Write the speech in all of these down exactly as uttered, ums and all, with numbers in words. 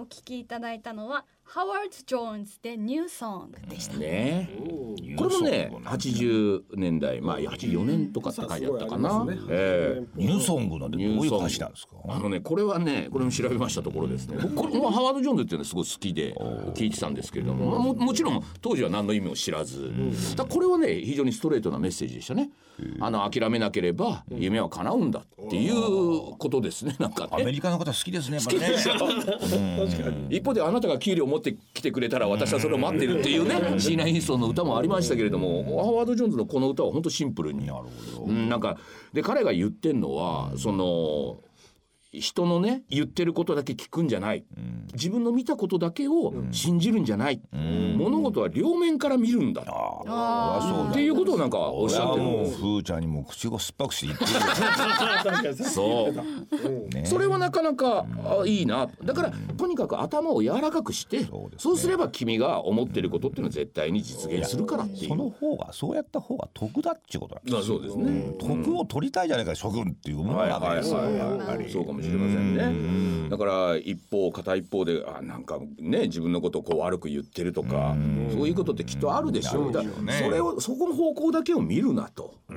聞きいただいたのはハワード・ジョーンズでニューソングでしたね。これもねはちじゅうねんだい、まあはちじゅうよねんとかって書いてあったかな、ねえー、 ニューソングなんてどういう歌詞なんですか？ あのねこれはねこれも調べましたところですね、僕これもハワード・ジョーンズっていうのはすごい好きで聞いてたんですけれども、 も, もちろん当時は何の意味も知らず、だこれはね非常にストレートなメッセージでしたね。あの諦めなければ夢は叶うんだっていうことですね。なんかねアメリカの方好きですね。 好きでしょ一方であなたが給料を持ってきてくれたら私はそれを待ってるっていうねシーナ・ヒーストンの歌もありましたけれども、ハワード・ジョーンズのこの歌は本当シンプルに、なるほど、うん、なんかで彼が言ってんのはその人のね言ってることだけ聞くんじゃない、うん、自分の見たことだけを信じるんじゃない、うん、物事は両面から見るんだ、ああっていうことをなんかおっしゃってる。 もうふーちゃんにも口を酸っぱくして言ってるそう、ね、それはなかなか、うん、いいな。だから、うん、とにかく頭を柔らかくして、 そうですね、そうすれば君が思ってることっていうのは絶対に実現するからっていう、 その方がそうやった方が得だっていうことなんです。 そうですね、 うん、得を取りたいじゃないか諸君っていうものがあるんですよ。 そうかもしれませんね。だから一方片一方であなんかね自分のことをこう悪く言ってるとか、うそういうことってきっとあるでしょう。だからそれをそこの方向だけを見るなと、うん、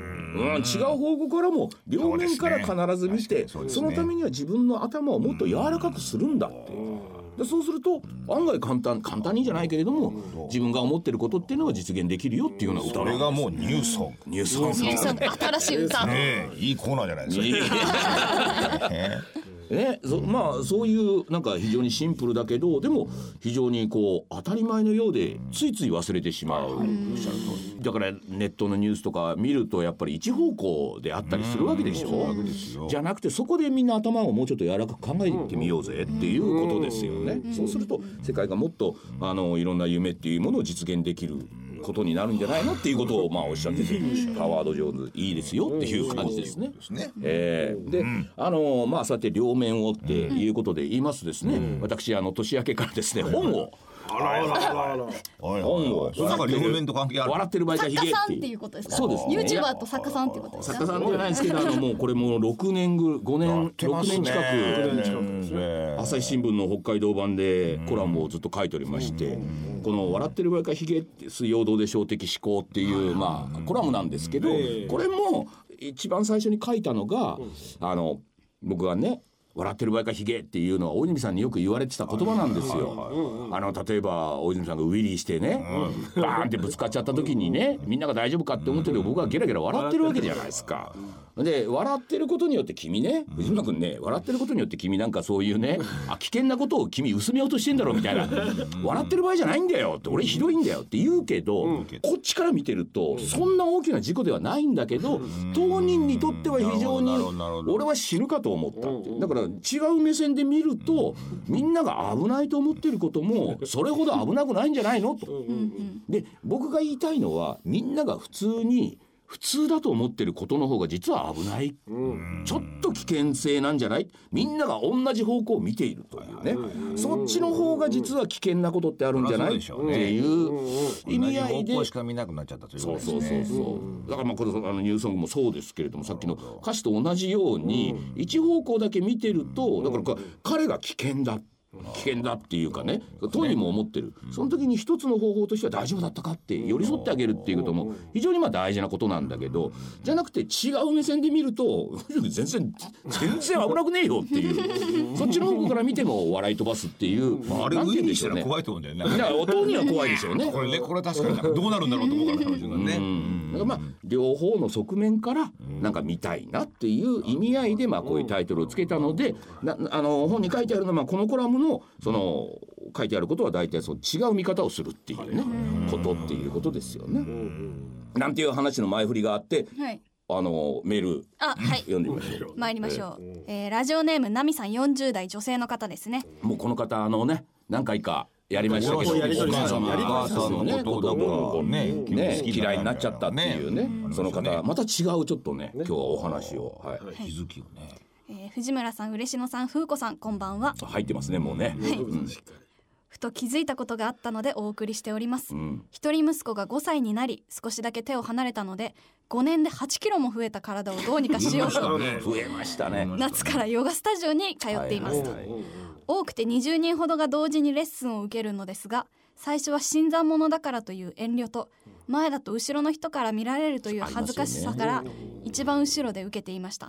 違う方向からも両面から必ず見て そ,、ね、そのためには自分の頭をもっと柔らかくするんだっていう。でそうすると案外簡単簡単にじゃないけれども自分が思ってることっていうのが実現できるよっていうような歌なんです。 それがもうニューソング、 ニューソング、 ニューソング新しい歌、 ね、いいコーナーじゃないですか。 ね、そまあそういうなんか非常にシンプルだけどでも非常にこう当たり前のようでついつい忘れてしまう、うん、だからネットのニュースとか見るとやっぱり一方向であったりするわけでしょ。じゃなくてそこでみんな頭をもうちょっと柔らかく考えてみようぜっていうことですよね。そうすると世界がもっとあのいろんな夢っていうものを実現できることになるんじゃないのっていうことをまあおっしゃってて、ハワード・ジョーンズいいですよっていう感じですね。えー、で、あのまあそうやって両面をっていうことで言いますですね、私あの年明けからですね本をあらあらあらあら本をなんか両面と関係ある。 笑ってる場合かヒゲって作家さんっていうことですか。 そうですね。 YouTuber と作家さんっていうことですか。 作家さんじゃないですけどあのもうこれもうろくねんぐごねんろくねん近く朝日新聞の北海道版でコラムをずっと書いておりまして、この笑ってる場合かヒゲって水曜どうで小的思考っていうまあコラムなんですけど、これも一番最初に書いたのがあの僕がね笑ってる場合かヒゲっていうのは大泉さんによく言われてた言葉なんですよ。あの例えば大泉さんがウィリーしてね、うん、バーンってぶつかっちゃった時にねみんなが大丈夫かって思ってるけど僕はゲラゲラ笑ってるわけじゃないですか。で笑ってることによって君ね藤村君ね笑ってることによって君なんかそういうねあ危険なことを君薄めようとしてんだろうみたいな笑ってる場合じゃないんだよって俺ひどいんだよって言うけど、うん、こっちから見てるとそんな大きな事故ではないんだけど当人にとっては非常に俺は死ぬかと思ったって。だから違う目線で見るとみんなが危ないと思ってることもそれほど危なくないんじゃないのと。で僕が言いたいのはみんなが普通に普通だと思ってることの方が実は危ない、うん、ちょっと危険性なんじゃない。みんなが同じ方向を見ているというね、うん、そっちの方が実は危険なことってあるんじゃない、うん、っていう意味合いで同じ方向しか見なくなっちゃったということですね。 そうそうそうそう、だからまあこのあのニュースソングもそうですけれどもさっきの歌詞と同じように一方向だけ見てるとだから彼が危険だ危険だっていうかね当人も思ってる。その時に一つの方法としては大丈夫だったかって寄り添ってあげるっていうことも非常にまあ大事なことなんだけどじゃなくて違う目線で見ると全然全然危なくねえよっていうそっちの方向から見ても笑い飛ばすっていう、 まあ、あれウィリーしたら怖いと思うんだよね。 いや音には怖いでしょうね。 これねこれ確かにどうなるんだろうと思うから彼女がね、うん、 だからまあ両方の側面からなんか見たいなっていう意味合いでまあこういうタイトルをつけたのでなあの本に書いてあるのはまあこのコラムのその書いてあることは大体その違う見方をするっていうねことっていうことですよね。なんていう話の前振りがあって、はい、あのメールあ、はい、読んでみましょう。 参りましょう、えー、ラジオネームナミさんよんじゅう代女性の方ですね。 もうこの方あのね何回かやりましたけどお母さんのことをね嫌いになっちゃったっていうねその方また違うちょっとね今日はお話を、はい、 気づきをね、 えー、藤村さん嬉野さん風子さんこんばんは。 入ってますねもうね、はいうん、 ふと気づいたことがあったのでお送りしております、うん、一人息子がごさいになり少しだけ手を離れたのでごねんではちキロも増えた体をどうにかしようと増えましたね。 夏からヨガスタジオに通っていますと、はいはい、 多くてにじゅうにんほどが同時にレッスンを受けるのですが、最初は新参者だからという遠慮と、前だと後ろの人から見られるという恥ずかしさから一番後ろで受けていました、うん、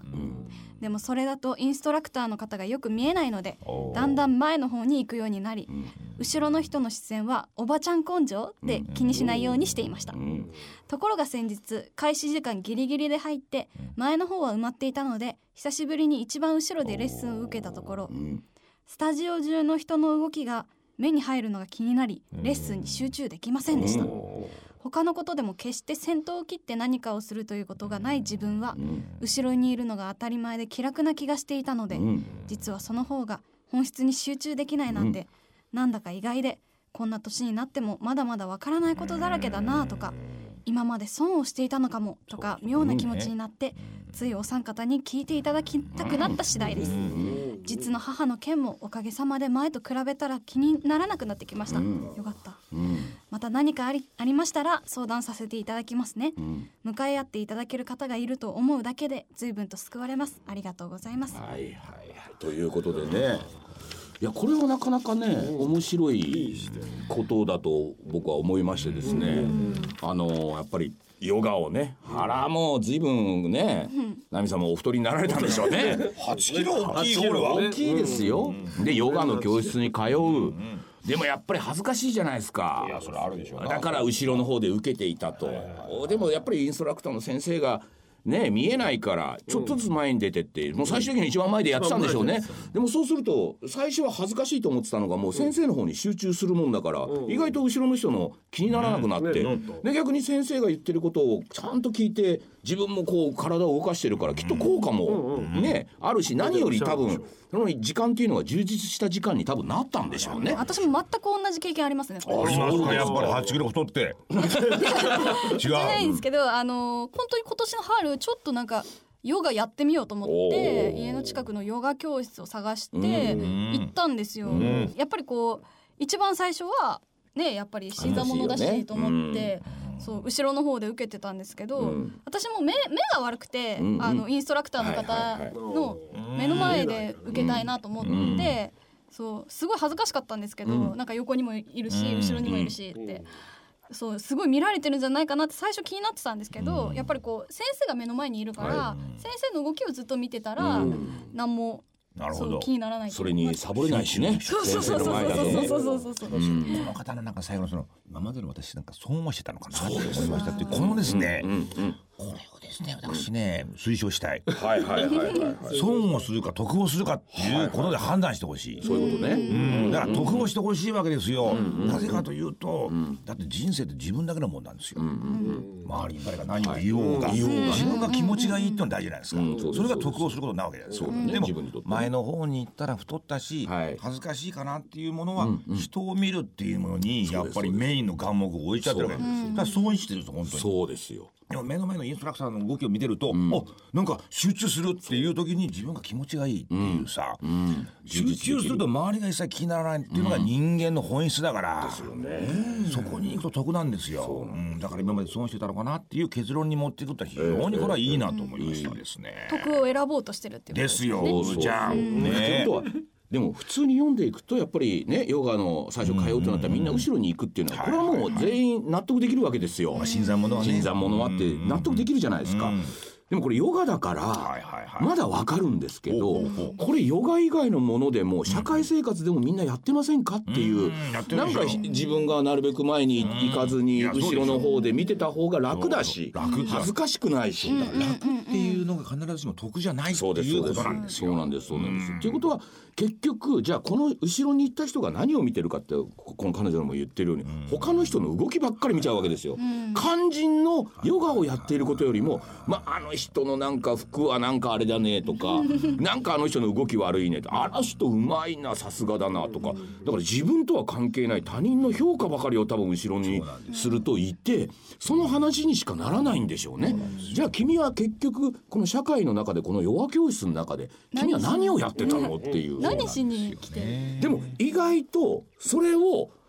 でもそれだとインストラクターの方がよく見えないので、だんだん前の方に行くようになり、うん、後ろの人の視線はおばちゃん根性で気にしないようにしていました、うん、ところが先日開始時間ギリギリで入って前の方は埋まっていたので、久しぶりに一番後ろでレッスンを受けたところ、スタジオ中の人の動きが目に入るのが気になり、レッスンに集中できませんでした。他のことでも決して先頭を切って何かをするということがない自分は、後ろにいるのが当たり前で気楽な気がしていたので、実はその方が本質に集中できないなんて、なんだか意外で、こんな年になってもまだまだわからないことだらけだなとか、今まで損をしていたのかもとか妙な気持ちになって、ついお三方に聞いていただきたくなった次第です。実の母の件もおかげさまで前と比べたら気にならなくなってきました。よかった。また何かあり、ありましたら相談させていただきますね。向かい合っていただける方がいると思うだけで随分と救われます。ありがとうございます。 はいはいはい、ということでね、いやこれはなかなかね面白いことだと僕は思いましてですね、あのやっぱりヨガをね、あらもう随分ね、ナミさんもお太りになられたんでしょうね。 はちキロ大きい方は大きいですよ。でヨガの教室に通う。でもやっぱり恥ずかしいじゃないですか。 いやそれあるでしょう。 だから後ろの方で受けていたと。でもやっぱりインストラクターの先生がね、見えないからちょっとずつ前に出てって、うん、もう最終的に一番前でやってたんでしょうね。でもそうすると最初は恥ずかしいと思ってたのがもう先生の方に集中するもんだから、うん、意外と後ろの人の気にならなくなって、うんね、で逆に先生が言ってることをちゃんと聞いて自分もこう体を動かしてるからきっと効果もね、うん、あるし、何より多分その時間っていうのが充実した時間に多分なったんでしょうね。 私も全く同じ経験ありますね。 ありますか。やっぱりはちキロ太って違うじゃないんですけど、あの本当に今年の春ちょっとなんかヨガやってみようと思って家の近くのヨガ教室を探して行ったんですよ。やっぱりこう一番最初はね、やっぱり新参者だしと思って、そう後ろの方で受けてたんですけど、うん、私も 目, 目が悪くて、うんうん、あのインストラクターの方の目の前で受けたいなと思って、うんうん、そうすごい恥ずかしかったんですけど、うん、なんか横にもいるし、うん、後ろにもいるしって、うん、そうすごい見られてるんじゃないかなって最初気になってたんですけど、うん、やっぱりこう先生が目の前にいるから、はい、先生の動きをずっと見てたら、うん、何もなるほど、 気にならない。 それにサボれないしね。 そうそうそうそうそうそうそうそうそう。この方のなんか最後のその今までの私なんか損はしてたのかなと思いましたっていうこのですね、うんうんうん、これをですね私ね推奨したい。 はいはいはいはい、はい。 損をするか得をするかっていうことで判断してほしい。 そういうことね。 うん、だから得をしてほしいわけですよ。うん、なぜかというと、うん、だって人生って自分だけのもんなんですよ。うんうんうん、周りに誰が何を言おうが、はい、自分が気持ちがいいってのは大事じゃないですか。うん、そ, それが得をすることなわけじゃないですか。うん、でも前の方に行ったら太ったし、はい、恥ずかしいかなっていうものは、うんうん、人を見るっていうものにやっぱりメインの眼目を置いちゃってるわけです。だから損してるんです本当に。 そうですよ。 でも目の前のインストラクターの動きを見てると、うん、あなんか集中するっていう時に自分が気持ちがいいっていうさ、うんうん、集中すると周りが一切気にならないっていうのが人間の本質だから、うんですよね、そこに行くと得なんですよ。うん、だから今まで損してたのかなっていう結論に持っていくと非常にこれはいいなと思いましたですね。 得を選ぼうとしてるっていうことですね。 ですよじゃんね。 でも普通に読んでいくとやっぱりねヨガの最初通うとなったらみんな後ろに行くっていうのはこれはもう全員納得できるわけですよ。 新参者はね、 新参者はって納得できるじゃないですか。でもこれヨガだからまだわかるんですけど、これヨガ以外のものでも社会生活でもみんなやってませんかっていう、なんか自分がなるべく前に行かずに後ろの方で見てた方が楽だし恥ずかしくないし、 楽っていうのが必ずしも得じゃないっていうことなんですよ。 そうなんですそうなんです。ということは結局じゃあこの後ろに行った人が何を見てるかってこの彼女も言ってるように他の人の動きばっかり見ちゃうわけですよ。肝心のヨガをやっていることよりも、まあ、あの人のなんか服はなんかあれだねとかなんかあの人の動き悪いねとあの人うまいなさすがだなとか、だから自分とは関係ない他人の評価ばかりを多分後ろにすると言ってその話にしかならないんでしょうね。じゃあ君は結局この社会の中でこのヨガ教室の中で君は何をやってたのっていう、 何しに来て。 でも意外とそれを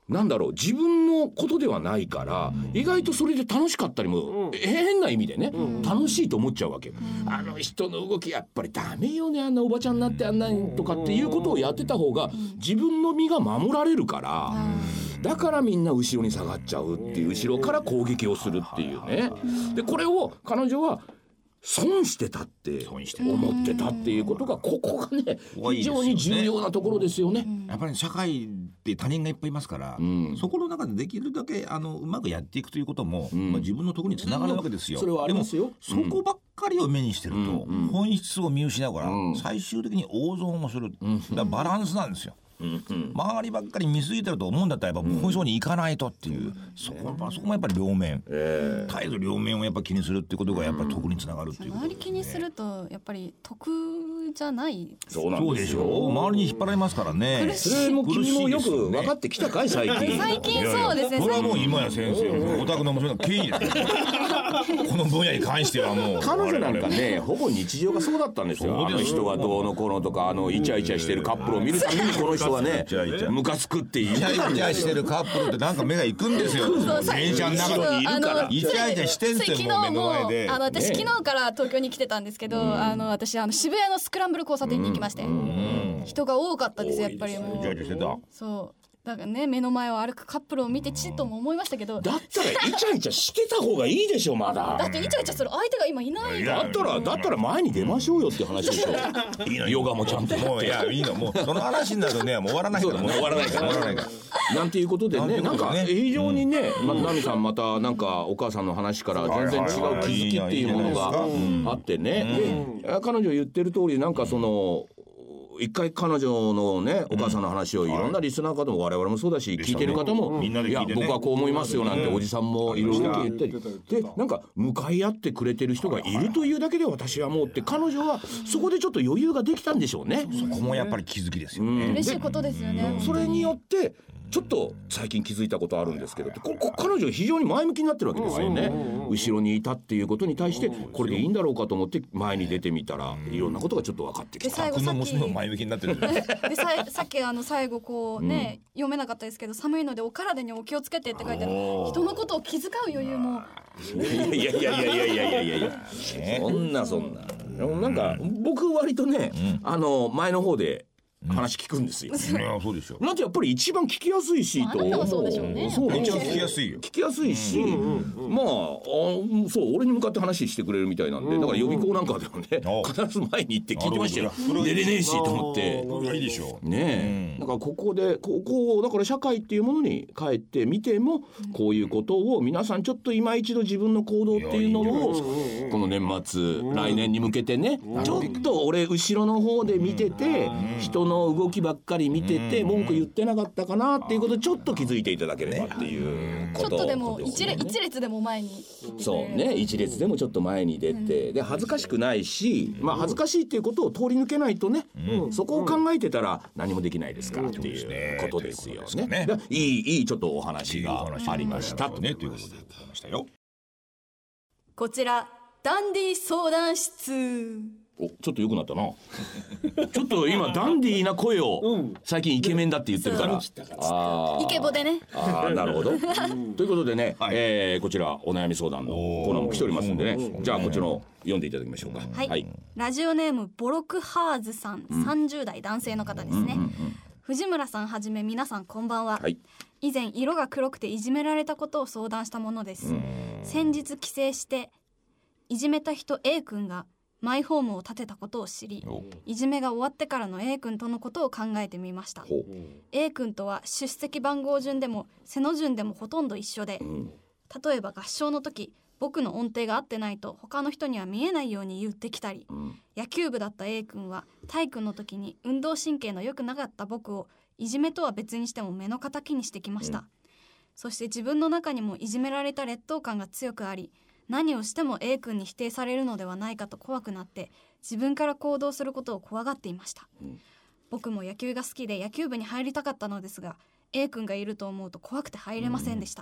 なんだろう自分のことではないから意外とそれで楽しかったりも、うん、変な意味でね、うん、楽しいと思っちゃうわけ、うん、あの人の動きやっぱりダメよねあんなおばちゃんになってあんなにとかっていうことをやってた方が自分の身が守られるから、うん、だからみんな後ろに下がっちゃうっていう後ろから攻撃をするっていうね。でこれを彼女は損してたって思ってたっていうことがここがね非常に重要なところですよね。 やっぱり社会って他人がいっぱいいますから、うん、そこの中でできるだけあのうまくやっていくということも、うんまあ、自分のところにつながるわけですよ、 うん、それはありますよ。 でもそこばっかりを目にしてると、うん、本質を見失うから、うん、最終的に大損をする、うん、だからバランスなんですよ。うんうん、周りばっかり見過ぎてると思うんだったらやっぱ本性に行かないとっていう、うん、そこはそこもやっぱり両面、えー、絶えず両面をやっぱ気にするっていうことがやっぱり得につながるっていうこと、ね、 周り気にするとやっぱり得じゃない。 そうなんですよ。 そうでしょ。周りに引っ張られますからね。 それも君もよく分かってきたかい最近。 最近そうですね。 それはもう今や先生お宅の娘の権威ですねこの分野に関してはもう彼女なんかねほぼ日常がそうだったんですよ。あの人がどうのこうのとかあのイチャイチャしてるカップルを見るたびにこの人はねムカつくっていう。 イチャイチャしてるカップルってなんか目が行くんですよ。電車の中にいるからイチャイチャしてんすよ。もう目の前で。 あの私昨日から東京に来てたんですけど、あの私あの渋谷のスクランブル交差点に行きまして、人が多かったですやっぱり。もうイチャイチャしてた。 そうだからね目の前を歩くカップルを見てチッとも思いましたけど、 だったらイチャイチャしてた方がいいでしょまだ。 だってイチャイチャする相手が今いない。 だったらだったら前に出ましょうよって話でしょいいのヨガもちゃんともういやいいのもうその話になるとねもう終わらないからもう終わらないから終わらないからなんていうことでねなんか非常にねまナミさんまたなんかお母さんの話から全然違う気づきっていうものがあってね。で彼女言ってる通りなんかその一回彼女のねお母さんの話をいろんなリスナー方も我々もそうだし聞いてる方もいや僕はこう思いますよなんておじさんもいろいろ言ったりでなんか向かい合ってくれてる人がいるというだけで私はもうって彼女はそこでちょっと余裕ができたんでしょうね。 そこもやっぱり気づきですよね。 嬉しいことですよね。 それによってちょっと最近気づいたことあるんですけどここ彼女は非常に前向きになってるわけですよね。後ろにいたっていうことに対してこれでいいんだろうかと思って前に出てみたらいろんなことがちょっと分かってきた。 僕の娘も前向きになってるでさ, さっきあの最後こうね、うん、読めなかったですけど寒いのでお体にお気をつけてって書いてある。人のことを気遣う余裕もいやいやいやいやいやいやいやいやいやそんなそんななんか僕割とね、うん、あの前の方で話聞くんですよ、うん、 そうでしょ。 なんてやっぱり一番聞きやすいしと、 あなたはそうでしょうね。 そう一番聞きやすいよ。 聞きやすいし、うんうんうん、まあ、あそう俺に向かって話してくれるみたいなんで、だから予備校なんかでもね、うん、必ず前に行って聞きましたよ。出れねえしと思って。 いいでしょう。 ねえ、うん、だからここでここだから社会っていうものに帰ってみてもこういうことを皆さんちょっと今一度自分の行動っていうのをこの年末、うん、来年に向けてね、うん、ちょっと俺後ろの方で見てて、うん、人の動きばっかり見てて文句言ってなかったかなっていうことをちょっと気づいていただければっていうこと、 ちょっとでも一列、一列でも前にそうね一列でもちょっと前に出て、で恥ずかしくないし、まあ恥ずかしいっていうことを通り抜けないとね、うん、そこを考えてたら何もできないですからっていうことですよね。ねいいいいちょっとお話がありましたとねということでございましたよ。 こちらダンディ相談室。 おちょっと良くなったなちょっと今ダンディーな声を最近イケメンだって言ってるから、うん、 あイケボでねあなるほどということでね、はいえー、こちらお悩み相談のコーナーも来ておりますんでね、じゃあこちらの読んでいただきましょうか。 はい、はい、ラジオネームボロクハーズさん、うん、さんじゅう代男性の方ですね、うんうんうん、藤村さんはじめ皆さんこんばんは、はい、以前色が黒くていじめられたことを相談したものです。先日帰省していじめた人 A 君がマイホームを建てたことを知り、いじめが終わってからの A 君とのことを考えてみました。 A 君とは出席番号順でも背の順でもほとんど一緒で、例えば合唱の時僕の音程が合ってないと他の人には見えないように言ってきたり、野球部だった A 君は体育の時に運動神経の良くなかった僕をいじめとは別にしても目の敵にしてきました。そして自分の中にもいじめられた劣等感が強くあり、何をしても A 君に否定されるのではないかと怖くなって自分から行動することを怖がっていました、うん、僕も野球が好きで野球部に入りたかったのですが A 君がいると思うと怖くて入れませんでした、うん、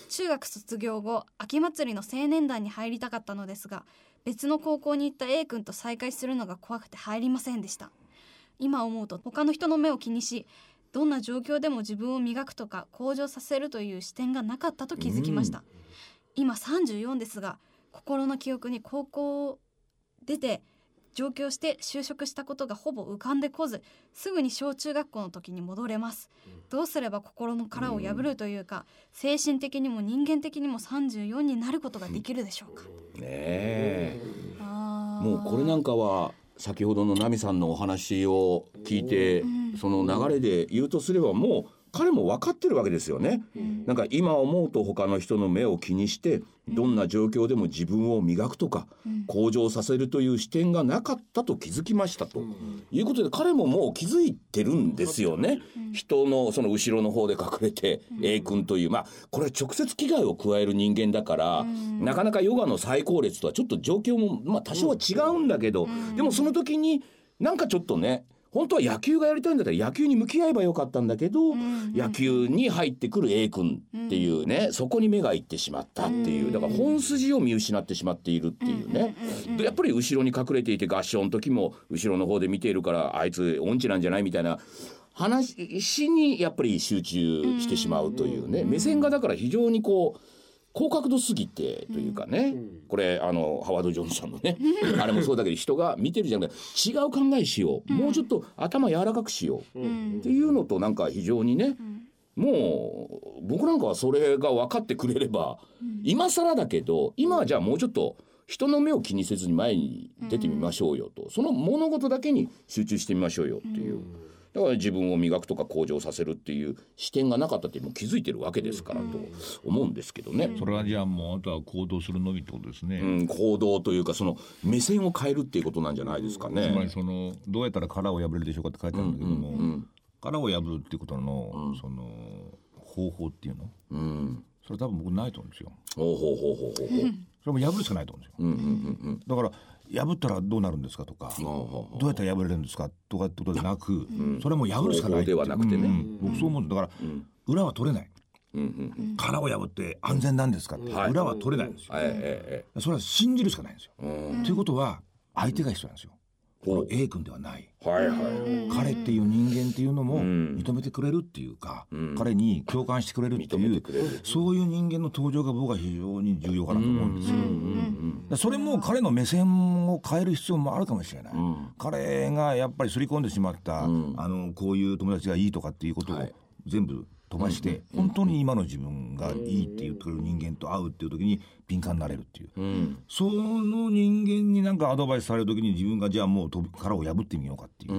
中学卒業後秋祭りの青年団に入りたかったのですが別の高校に行った A 君と再会するのが怖くて入りませんでした。今思うと他の人の目を気にしどんな状況でも自分を磨くとか向上させるという視点がなかったと気づきました、うん、今さんじゅうよんですが、心の記憶に高校を出て上京して就職したことがほぼ浮かんでこず、すぐに小中学校の時に戻れます。どうすれば心の殻を破るというか、精神的にも人間的にもさんじゅうよんになることができるでしょうか。 ねえ、あ、もうこれなんかは先ほどのナミさんのお話を聞いて、うん、その流れで言うとすれば、もう彼も分かってるわけですよね、うん、なんか今思うと他の人の目を気にしてどんな状況でも自分を磨くとか、うん、向上させるという視点がなかったと気づきましたと、うん、いうことで、彼ももう気づいてるんですよね、うん、人のその後ろの方で隠れて、うん、A 君という、まあこれは直接危害を加える人間だから、うん、なかなかヨガの最高列とはちょっと状況もまあ多少は違うんだけど、うん、でもその時になんかちょっとね、本当は野球がやりたいんだったら野球に向き合えばよかったんだけど、うんうん、野球に入ってくる A 君っていうね、うん、そこに目がいってしまったっていう、だから本筋を見失ってしまっているっていうね、うんうん、でやっぱり後ろに隠れていて、合唱の時も後ろの方で見ているから、あいつ音痴なんじゃないみたいな話にやっぱり集中してしまうというね、うん、目線がだから非常にこう高角度すぎてというかね、うん、これあのハワード・ジョンソンのねあれもそうだけど、人が見てるじゃなくて違う考えしよう、うん、もうちょっと頭柔らかくしよう、うん、っていうのと、なんか非常にね、うん、もう僕なんかはそれが分かってくれれば、うん、今更だけど、今はじゃあもうちょっと人の目を気にせずに前に出てみましょうよと、その物事だけに集中してみましょうよっていう、うん、だから自分を磨くとか向上させるっていう視点がなかったってもう気づいてるわけですからと思うんですけどね、うん、 それはじゃあもうあとは行動するのみってことですね、 うん、行動というかその目線を変えるっていうことなんじゃないですかね。 つまりそのどうやったら殻を破れるでしょうかって書いてあるんだけども、うんうんうん、殻を破るっていうことの、うん、その方法っていうの、うん、それ多分僕ないと思うんですよ。 ほうほうほうほうほうほうそれも破るしかないと思うんですよ、うんうんうんうん、だから破ったらどうなるんですかとか、どうやったら破れるんですかとかってことでなく、うん、それも破るしかないではなくてね、うんうん、 僕そう思うんだから、うん、裏は取れない、うんうん、殻を破って安全なんですかって、うん、裏は取れないんですよ、はい、それは信じるしかないんですよ、うん、ということは相手が必要なんですよ。この A 君ではない、はいはい、彼っていう人間っていうのも認めてくれるっていうか、うん、彼に共感してくれるっていう、そういう人間の登場が僕は非常に重要かなと思うんですよ、うんうんうん、それも彼の目線を変える必要もあるかもしれない、うん、彼がやっぱり刷り込んでしまった、うん、あのこういう友達がいいとかっていうことを全部飛ばして、うん、本当に今の自分がいいって言ってくれる人間と会うっていう時に敏感になれるっていう、うん、その人間になんかアドバイスされる時に自分がじゃあもう殻を破ってみようかっていう、うん、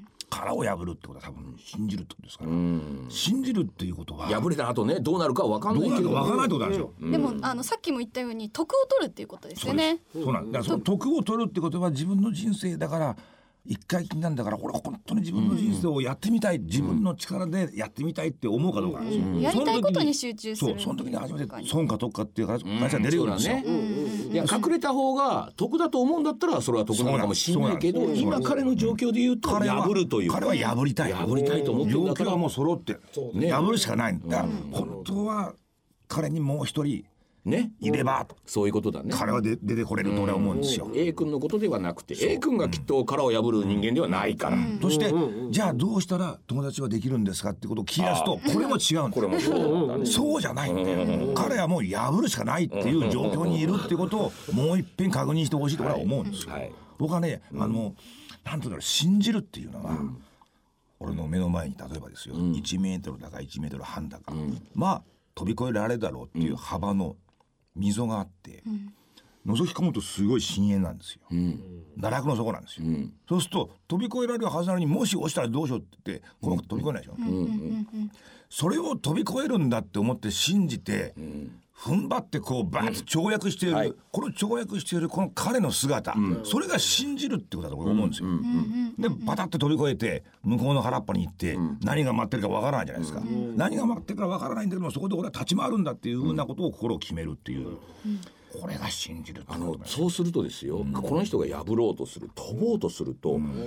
殻を破るってことは多分信じるってことですから、うん、信じるっていうことは破れた後ねどうなるか分かんないけど、 どうなるか分からないってことなんですよ、 うん、でもあのさっきも言ったように徳を取るっていうことですよね。 そうなんだからその徳を取るってことは自分の人生だから一回きりなんだから、俺本当に自分の人生をやってみたい、うん、自分の力でやってみたいって思うかどうかなんですよ、うん、 やりたいことに集中する。 そう、その時に初めて損か得かっていう話が出るようなんですよ、うんうん、いや隠れた方が得だと思うんだったらそれは得なのかもしれないけど、今彼の状況で言うと破るという、 彼は破りたい破りたいと思ってるんだから、 状況はもう揃って、ね、破るしかないんだ、うん、本当は彼にもう一人ね、いれば、 そういうことだね。 彼はで出てこれると俺は思うんですよ、 うん、A 君のことではなくて A 君がきっと殻を破る人間ではないから、うんうん、 そして、うん、じゃあどうしたら友達はできるんですかってことを聞き出すとこれも違うんだ。 これもそうだね。 そうじゃないんだよ、うん、彼はもう破るしかないっていう状況にいるってことをもう一遍確認してほしいと俺は思うんですよ、はいはい、僕はね、あのなんていうの信じるっていうのは、うん、俺の目の前に例えばですよ、うん、いちメートルだかいちメートルはんだか、うん、まあ飛び越えられるだろうっていう幅の溝があって、うん、覗き込むとすごい深淵なんですよ、うん、奈落の底なんですよ、うん、そうすると飛び越えられるはずなのにもし落ちたらどうしようって言ってこの飛び越えないでしょ、うんうんうん、それを飛び越えるんだって思って信じて、うん、踏ん張ってこうバーッと跳躍している、うんはい、この跳躍しているこの彼の姿、うん、それが信じるってことだと思うんですよ、うんうん、でバタッと飛び越えて向こうの原っぱに行って、うん、何が待ってるかわからないじゃないですか、うん、何が待ってるかわからないんだけどもそこで俺は立ち回るんだっていうふうなことを心を決めるっていう、うん、これが信じるってこと、 あのそうするとですよ、うん、この人が破ろうとする飛ぼうとすると、うん、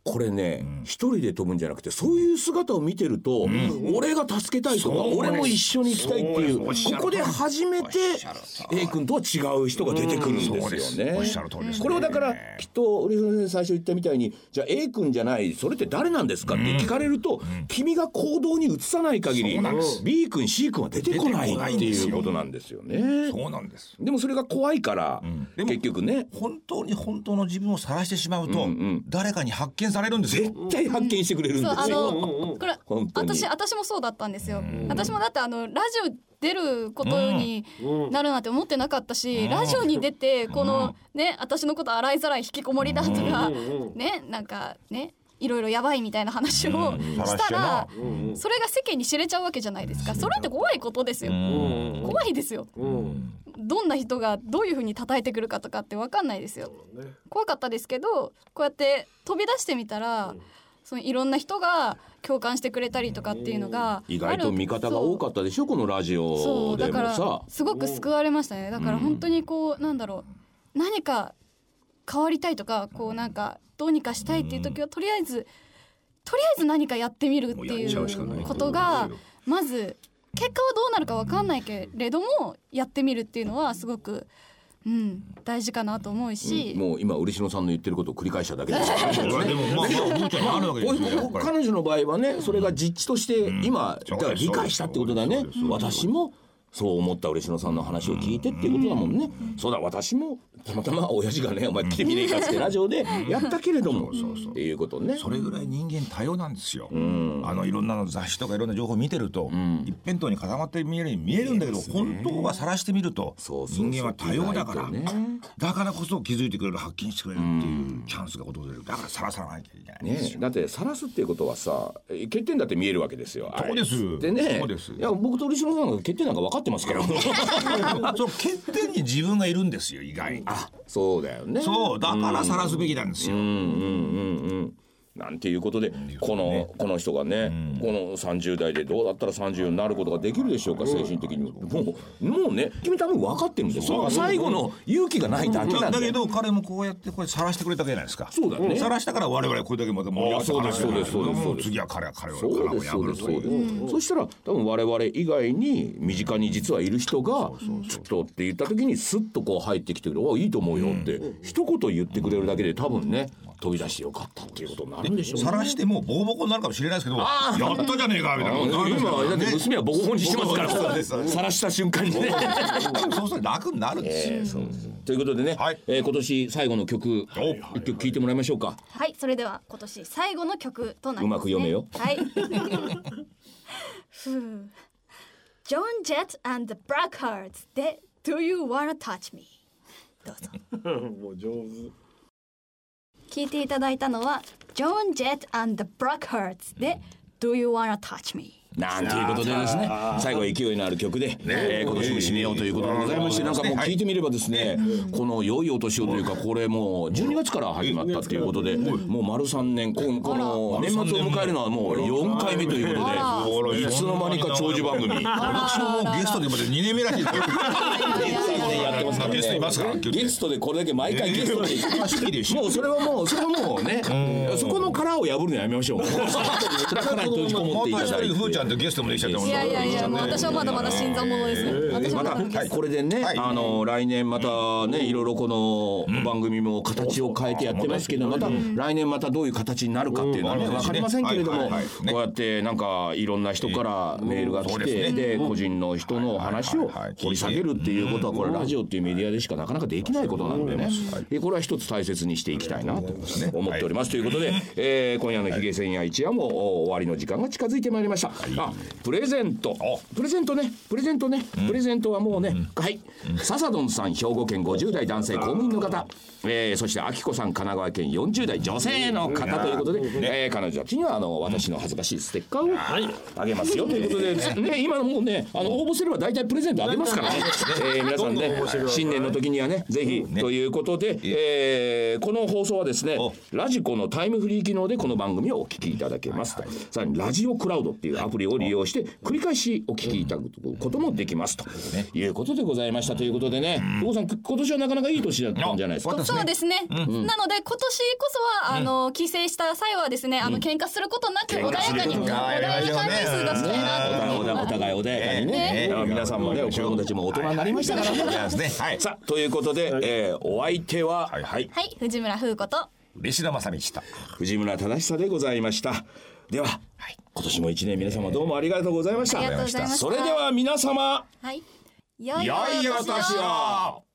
これね一、うん、人で飛ぶんじゃなくてそういう姿を見てると、うん、俺が助けたいとか俺も一緒に行きたいっていうここで初めて A 君とは違う人が出てくるんですよね。 おっしゃる通りです。 これをだからきっと嬉野先生最初言ったみたいにじゃあ A 君じゃないそれって誰なんですかって聞かれると、うん、君が行動に移さない限り B 君 C 君は出てこないっていうことなんですよね。 そうなんです。 でもそれが怖いから、うん、結局ね本当に本当の自分を晒してしまうと、うんうん、誰かに発見されるんですよ。 絶対発見してくれるんですよ、 うん、そうあのこれ私私もそうだったんですよ、うん、私もだってあのラジオ出ることになるなんて思ってなかったし、うん、ラジオに出てこのね私のこと洗いざらい引きこもりだとかねなんかねいろいろやばいみたいな話をしたらそれが世間に知れちゃうわけじゃないですか。それって怖いことですよ。怖いですよ。どんな人がどういう風に叩いてくるかとかって分かんないですよ。怖かったですけどこうやって飛び出してみたらそのいろんな人が共感してくれたりとかっていうのが意外と味方が多かったでしょこのラジオでもさ。そうだからすごく救われましたね。だから本当にこうなんだろう何か変わりたいとかこうなんかどうにかしたいっていう時はとりあえずとりあえず何かやってみるっていうことがまず結果はどうなるか分かんないけれどもやってみるっていうのはすごくうん、大事かなと思うし、 うん、もう今嬉野さんの言ってることを繰り返しただけです彼女の場合はねそれが実地として今、うん、だから理解したってことだね。私もそう思った嬉野さんの話を聞いてっていうことだもんね、うん、そうだ私もたまたま親父がねお前来てみねえかってラジオでやったけれどもっていうことね。 それぐらい人間多様なんですよ、うん、あのいろんな雑誌とかいろんな情報を見てると、うん、一辺倒に固まって見えるように見えるんだけど、本当は晒してみると人間は多様だから、ね、だからこそ気づいてくれる発見してくれるっていうチャンスが訪れる。だから晒さないといけないんですよ、 ね、だって晒すっていうことはさ欠点だって見えるわけですよ。 そうですでねそうです。 いや僕と嬉野さんが欠点なんか分かってますからその欠点に自分がいるんですよ意外に。 あそうだよね。 そうだから晒すべきなんですよ。うんうんうんうんなんていうことで、ね、このこの人がね、うん、このさんじゅう代でどうだったらさんじゅうになることができるでしょうか、精神的にもうもうね君多分分かってるんですよ。最後の勇気がないだけなんで。 だけど彼もこうやってこれ晒してくれたわけじゃないですか。 そうだね。 晒したから我々これだけまた盛り上がった話そうですそうですそうです。 次は彼は彼はそうですそうですそうです、うん、そしたら多分我々以外に身近に実はいる人がちょっとって言った時にスッとこう入ってきてくれる。いいと思うよって、うん、一言言ってくれるだけで多分ね飛び出してよかったっていうことになるんでしょうね。 晒してもうボコボコになるかもしれないですけどやったじゃねえかみたいな。 今だって娘はボコボコにしてますから晒した瞬間にねそうすると楽になるんですよ、えー、そうです。 ということでね、はいえー、今年最後の曲一曲聴いてもらいましょうか。 はい、それでは今年最後の曲となりますね。 うまく読めよ。 はいジョン・ジェット and the Blackhearts で Do You Wanna Touch Me どうぞもう上手。聞いていただいたのはジョン・ジェット and the Blackhearts で Do You Wanna Touch Me なんていうことでですね最後は勢いのある曲で、ねえー、今年も締めようということでございまして、なんかもう聞いてみればですね、はい、この良いお年をというかこれもうじゅうにがつから始まったっていうことでもう丸さんねんこの、この年末を迎えるのはもうよんかいめということでいつの間にか長寿番組私ももうゲストでまでにねんめらしいですやってますからね。ゲストいますからゲストでこれだけ毎回ゲストでもうそれはもうそれはもうねそこの殻を破るのやめましょう。それは殻に閉じこもっていただいてゲストもできちゃったもん。 いやいやいやもう私はまだまだ新参者ですね、えー、私はまだまたこれでね、はい、あの来年またねいろいろこの番組も形を変えてやってますけど、また来年またどういう形になるかっていうのはね分かりませんけれども、こうやってなんかいろんな人からメールが来てで個人の人の話を掘り下げるっていうことはこれラジオっていうメディアでしかなかなかできないことなんでね、でこれは一つ大切にしていきたいなと思っておりますということで、えー、今夜のひげ千夜一夜も終わりの時間が近づいてまいりました。あプレゼントプレゼントねプレゼントね、うん、プレゼントはもうね、うん、はい、うん、笹ドンさん兵庫県ごじゅう代男性公務員の方、えー、そしてあきこさん神奈川県よんじゅう代女性の方ということで、えー、彼女たちにはあの私の恥ずかしいステッカーをあげますよということで、ね、今もうねあの応募すれば大体プレゼントあげますからね、えー、皆さんね新年の時にはねぜひということで、えー、この放送はですねラジコのタイムフリー機能能でこの番組をお聞きいただけますと、はいはい、さらにラジオクラウドっていうアプリを利用して繰り返しお聞きいただくこともできますということでございました。ということでね、お子さん今年はなかなかいい年だったんじゃないですか。 そうですね、うん、なので今年こそはあの帰省した際はですね、あの喧嘩することなく穏やかに穏やかに過ごしたいなと、 お互い穏やかにね、皆さんもね、子供たちも大人になりましたからね。さあということで、えー、お相手ははい、はいはい、藤村風子と西田正道と藤村忠久でございました。では、はい、今年も一年皆様どうもありがとうございました。 ありがとうございました。 それでは皆様、 はい、 良いお年を。